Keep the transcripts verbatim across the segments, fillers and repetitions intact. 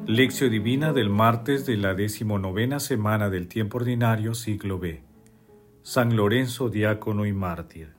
Lección Divina del martes de la decimonovena semana del tiempo ordinario, siglo B. San Lorenzo, diácono y mártir.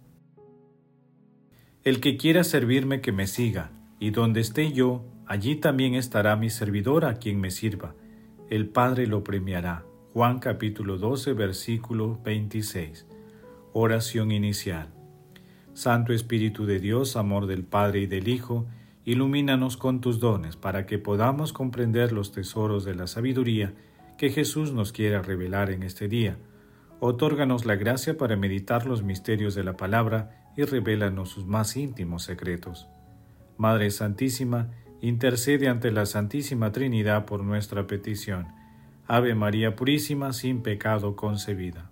El que quiera servirme, que me siga, y donde esté yo, allí también estará mi servidor a quien me sirva. El Padre lo premiará. Juan capítulo doce, versículo veintiséis. Oración inicial. Santo Espíritu de Dios, amor del Padre y del Hijo, ilumínanos con tus dones para que podamos comprender los tesoros de la sabiduría que Jesús nos quiere revelar en este día. Otórganos la gracia para meditar los misterios de la palabra y revélanos sus más íntimos secretos. Madre Santísima, intercede ante la Santísima Trinidad por nuestra petición. Ave María Purísima, sin pecado concebida.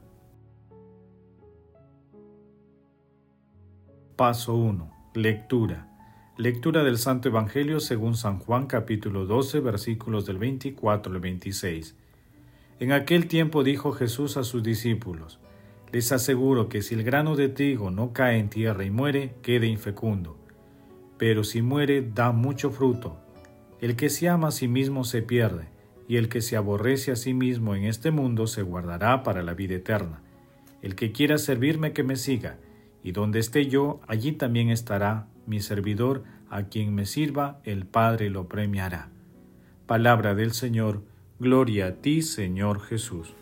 Paso uno. Lectura. Lectura del Santo Evangelio según San Juan capítulo doce, versículos del veinticuatro al veintiséis. En aquel tiempo dijo Jesús a sus discípulos: Les aseguro que si el grano de trigo no cae en tierra y muere, queda infecundo. Pero si muere, da mucho fruto. El que se ama a sí mismo se pierde, y el que se aborrece a sí mismo en este mundo se guardará para la vida eterna. El que quiera servirme, que me siga, y donde esté yo, allí también estará mi servidor, a quien me sirva, el Padre lo premiará. Palabra del Señor, gloria a ti, Señor Jesús.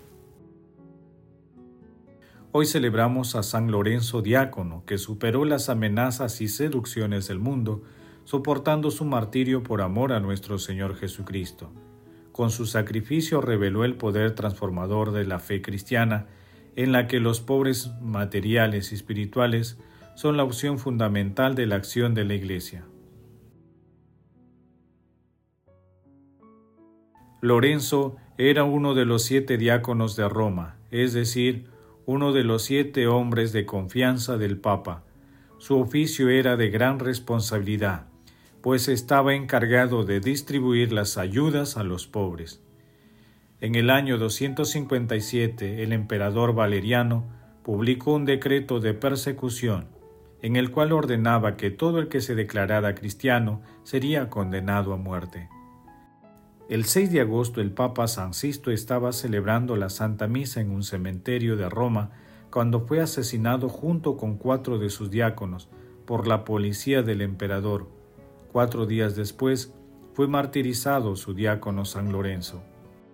Hoy celebramos a San Lorenzo diácono, que superó las amenazas y seducciones del mundo, soportando su martirio por amor a nuestro Señor Jesucristo. Con su sacrificio reveló el poder transformador de la fe cristiana, en la que los pobres materiales y espirituales son la opción fundamental de la acción de la Iglesia. Lorenzo era uno de los siete diáconos de Roma, es decir, uno de los siete hombres de confianza del Papa. Su oficio era de gran responsabilidad, pues estaba encargado de distribuir las ayudas a los pobres. En el año doscientos cincuenta y siete, el emperador Valeriano publicó un decreto de persecución, en el cual ordenaba que todo el que se declarara cristiano sería condenado a muerte. El seis de agosto el Papa San Sisto estaba celebrando la Santa Misa en un cementerio de Roma cuando fue asesinado junto con cuatro de sus diáconos por la policía del emperador. Cuatro días después fue martirizado su diácono San Lorenzo.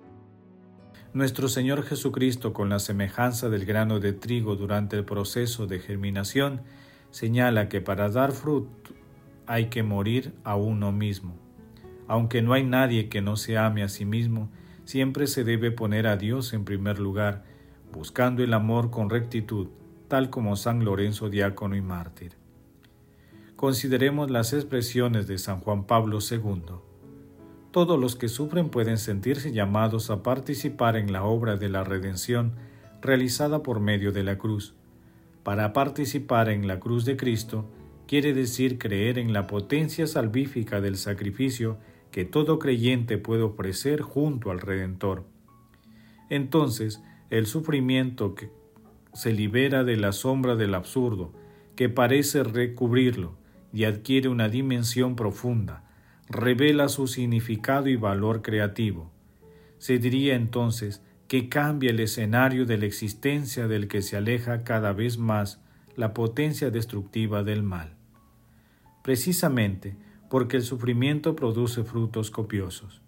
Nuestro Señor Jesucristo, con la semejanza del grano de trigo durante el proceso de germinación, señala que para dar fruto hay que morir a uno mismo. Aunque no hay nadie que no se ame a sí mismo, siempre se debe poner a Dios en primer lugar, buscando el amor con rectitud, tal como San Lorenzo diácono y mártir. Consideremos las expresiones de San Juan Pablo segundo. Todos los que sufren pueden sentirse llamados a participar en la obra de la redención realizada por medio de la cruz. Para participar en la cruz de Cristo quiere decir creer en la potencia salvífica del sacrificio que todo creyente puede ofrecer junto al Redentor. Entonces, el sufrimiento que se libera de la sombra del absurdo, que parece recubrirlo, y adquiere una dimensión profunda, revela su significado y valor creativo. Se diría entonces que cambia el escenario de la existencia del que se aleja cada vez más la potencia destructiva del mal. Precisamente porque el sufrimiento produce frutos copiosos.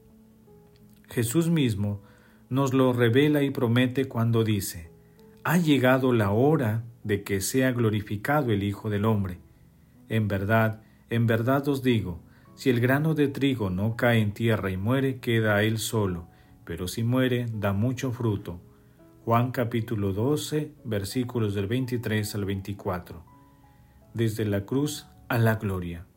Jesús mismo nos lo revela y promete cuando dice: «Ha llegado la hora de que sea glorificado el Hijo del Hombre. En verdad, en verdad os digo, si el grano de trigo no cae en tierra y muere, queda él solo, pero si muere, da mucho fruto». Juan capítulo doce, versículos del veintitrés al veinticuatro. Desde la cruz a la gloria.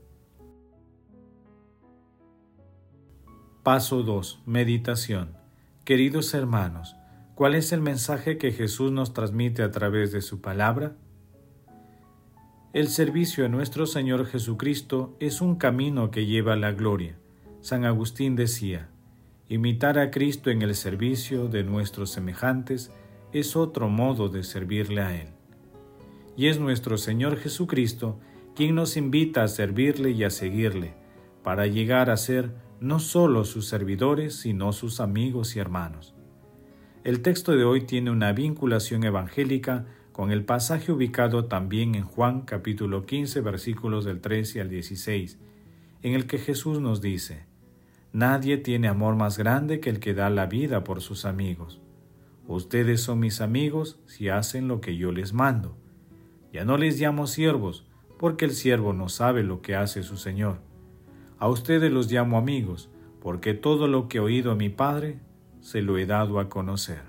Paso dos. Meditación. Queridos hermanos, ¿cuál es el mensaje que Jesús nos transmite a través de su palabra? El servicio a nuestro Señor Jesucristo es un camino que lleva a la gloria. San Agustín decía: imitar a Cristo en el servicio de nuestros semejantes es otro modo de servirle a Él. Y es nuestro Señor Jesucristo quien nos invita a servirle y a seguirle, para llegar a ser no solo sus servidores, sino sus amigos y hermanos. El texto de hoy tiene una vinculación evangélica con el pasaje ubicado también en Juan capítulo quince, versículos del trece al dieciséis, en el que Jesús nos dice: «Nadie tiene amor más grande que el que da la vida por sus amigos. Ustedes son mis amigos si hacen lo que yo les mando. Ya no les llamo siervos, porque el siervo no sabe lo que hace su Señor. A ustedes los llamo amigos, porque todo lo que he oído a mi Padre se lo he dado a conocer».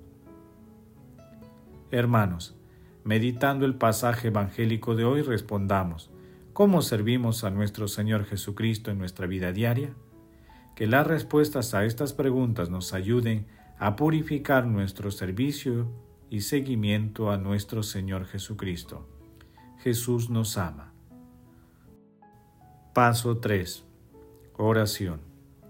Hermanos, meditando el pasaje evangélico de hoy, respondamos: ¿cómo servimos a nuestro Señor Jesucristo en nuestra vida diaria? Que las respuestas a estas preguntas nos ayuden a purificar nuestro servicio y seguimiento a nuestro Señor Jesucristo. Jesús nos ama. Paso tres. Oración.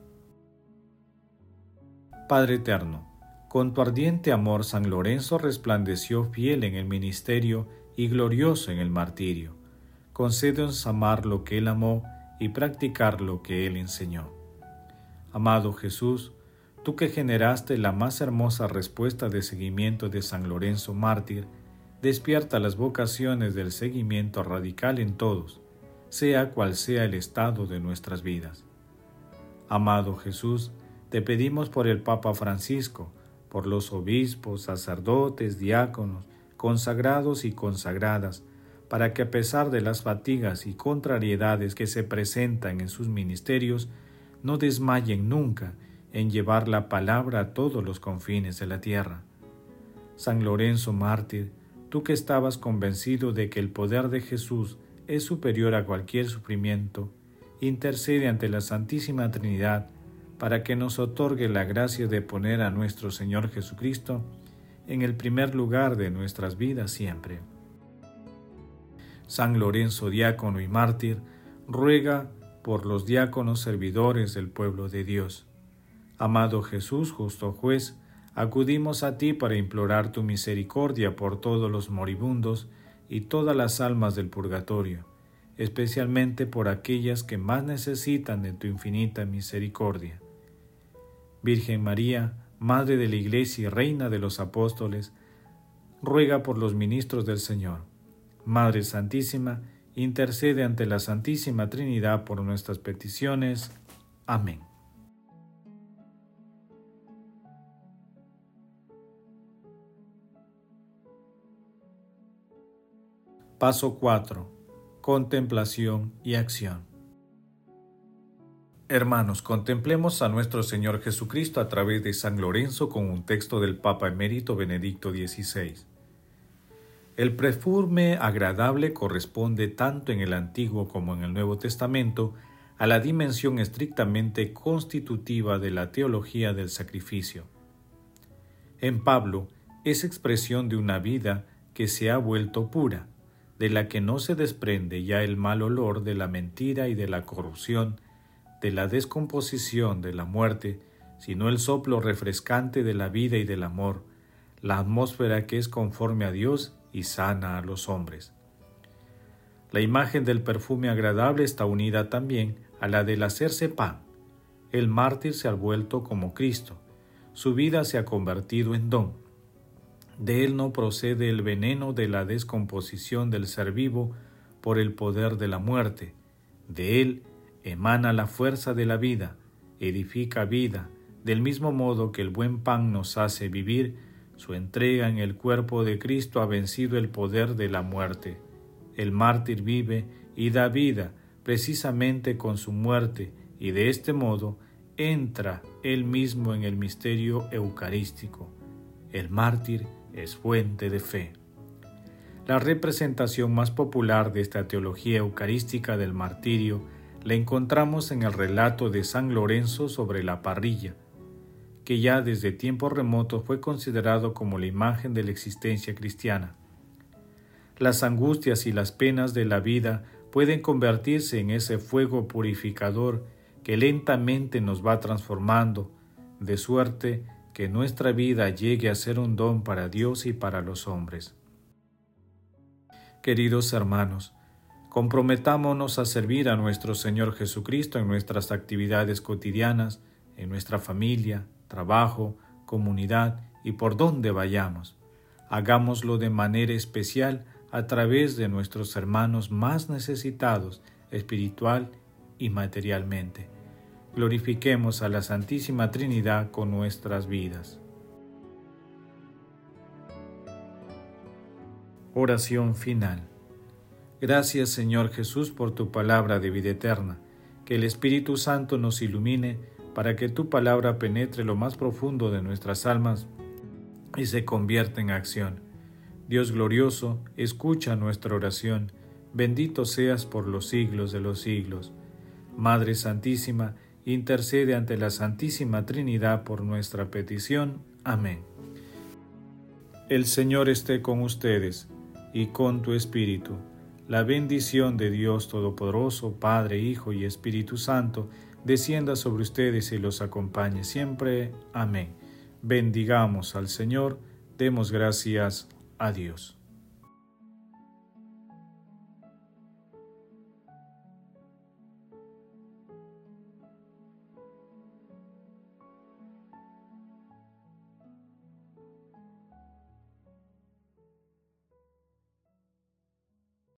Padre eterno, con tu ardiente amor San Lorenzo resplandeció fiel en el ministerio y glorioso en el martirio. Concédenos amar lo que él amó y practicar lo que él enseñó. Amado Jesús, tú que generaste la más hermosa respuesta de seguimiento de San Lorenzo mártir, despierta las vocaciones del seguimiento radical en todos, sea cual sea el estado de nuestras vidas. Amado Jesús, te pedimos por el Papa Francisco, por los obispos, sacerdotes, diáconos, consagrados y consagradas, para que a pesar de las fatigas y contrariedades que se presentan en sus ministerios, no desmayen nunca en llevar la palabra a todos los confines de la tierra. San Lorenzo mártir, tú que estabas convencido de que el poder de Jesús es superior a cualquier sufrimiento, intercede ante la Santísima Trinidad para que nos otorgue la gracia de poner a nuestro Señor Jesucristo en el primer lugar de nuestras vidas siempre. San Lorenzo diácono y mártir, ruega por los diáconos servidores del pueblo de Dios. Amado Jesús, justo juez, acudimos a ti para implorar tu misericordia por todos los moribundos y todas las almas del purgatorio, especialmente por aquellas que más necesitan de tu infinita misericordia. Virgen María, Madre de la Iglesia y Reina de los Apóstoles, ruega por los ministros del Señor. Madre Santísima, intercede ante la Santísima Trinidad por nuestras peticiones. Amén. Paso cuatro. Contemplación y acción. Hermanos, contemplemos a nuestro Señor Jesucristo a través de San Lorenzo con un texto del Papa Emérito Benedicto dieciséis. El perfume agradable corresponde tanto en el Antiguo como en el Nuevo Testamento a la dimensión estrictamente constitutiva de la teología del sacrificio. En Pablo es expresión de una vida que se ha vuelto pura, de la que no se desprende ya el mal olor de la mentira y de la corrupción, de la descomposición, de la muerte, sino el soplo refrescante de la vida y del amor, la atmósfera que es conforme a Dios y sana a los hombres. La imagen del perfume agradable está unida también a la del hacerse pan. El mártir se ha vuelto como Cristo, su vida se ha convertido en don. De él no procede el veneno de la descomposición del ser vivo por el poder de la muerte. De él emana la fuerza de la vida, edifica vida, del mismo modo que el buen pan nos hace vivir. Su entrega en el cuerpo de Cristo ha vencido el poder de la muerte. El mártir vive y da vida precisamente con su muerte, y de este modo entra él mismo en el misterio eucarístico. El mártir es fuente de fe. La representación más popular de esta teología eucarística del martirio la encontramos en el relato de San Lorenzo sobre la parrilla, que ya desde tiempos remotos fue considerado como la imagen de la existencia cristiana. Las angustias y las penas de la vida pueden convertirse en ese fuego purificador que lentamente nos va transformando, de suerte que nuestra vida llegue a ser un don para Dios y para los hombres. Queridos hermanos, Comprometámonos a servir a nuestro Señor Jesucristo en nuestras actividades cotidianas, en nuestra familia, trabajo, comunidad y por donde vayamos. Hagámoslo de manera especial a través de nuestros hermanos más necesitados espiritual y materialmente. Glorifiquemos a la Santísima Trinidad con nuestras vidas. Oración final. Gracias, Señor Jesús, por tu palabra de vida eterna. Que el Espíritu Santo nos ilumine para que tu palabra penetre lo más profundo de nuestras almas y se convierta en acción. Dios glorioso, escucha nuestra oración. Bendito seas por los siglos de los siglos. Madre Santísima, intercede ante la Santísima Trinidad por nuestra petición. Amén. El Señor esté con ustedes y con tu espíritu. La bendición de Dios Todopoderoso, Padre, Hijo y Espíritu Santo, descienda sobre ustedes y los acompañe siempre. Amén. Bendigamos al Señor, demos gracias a Dios.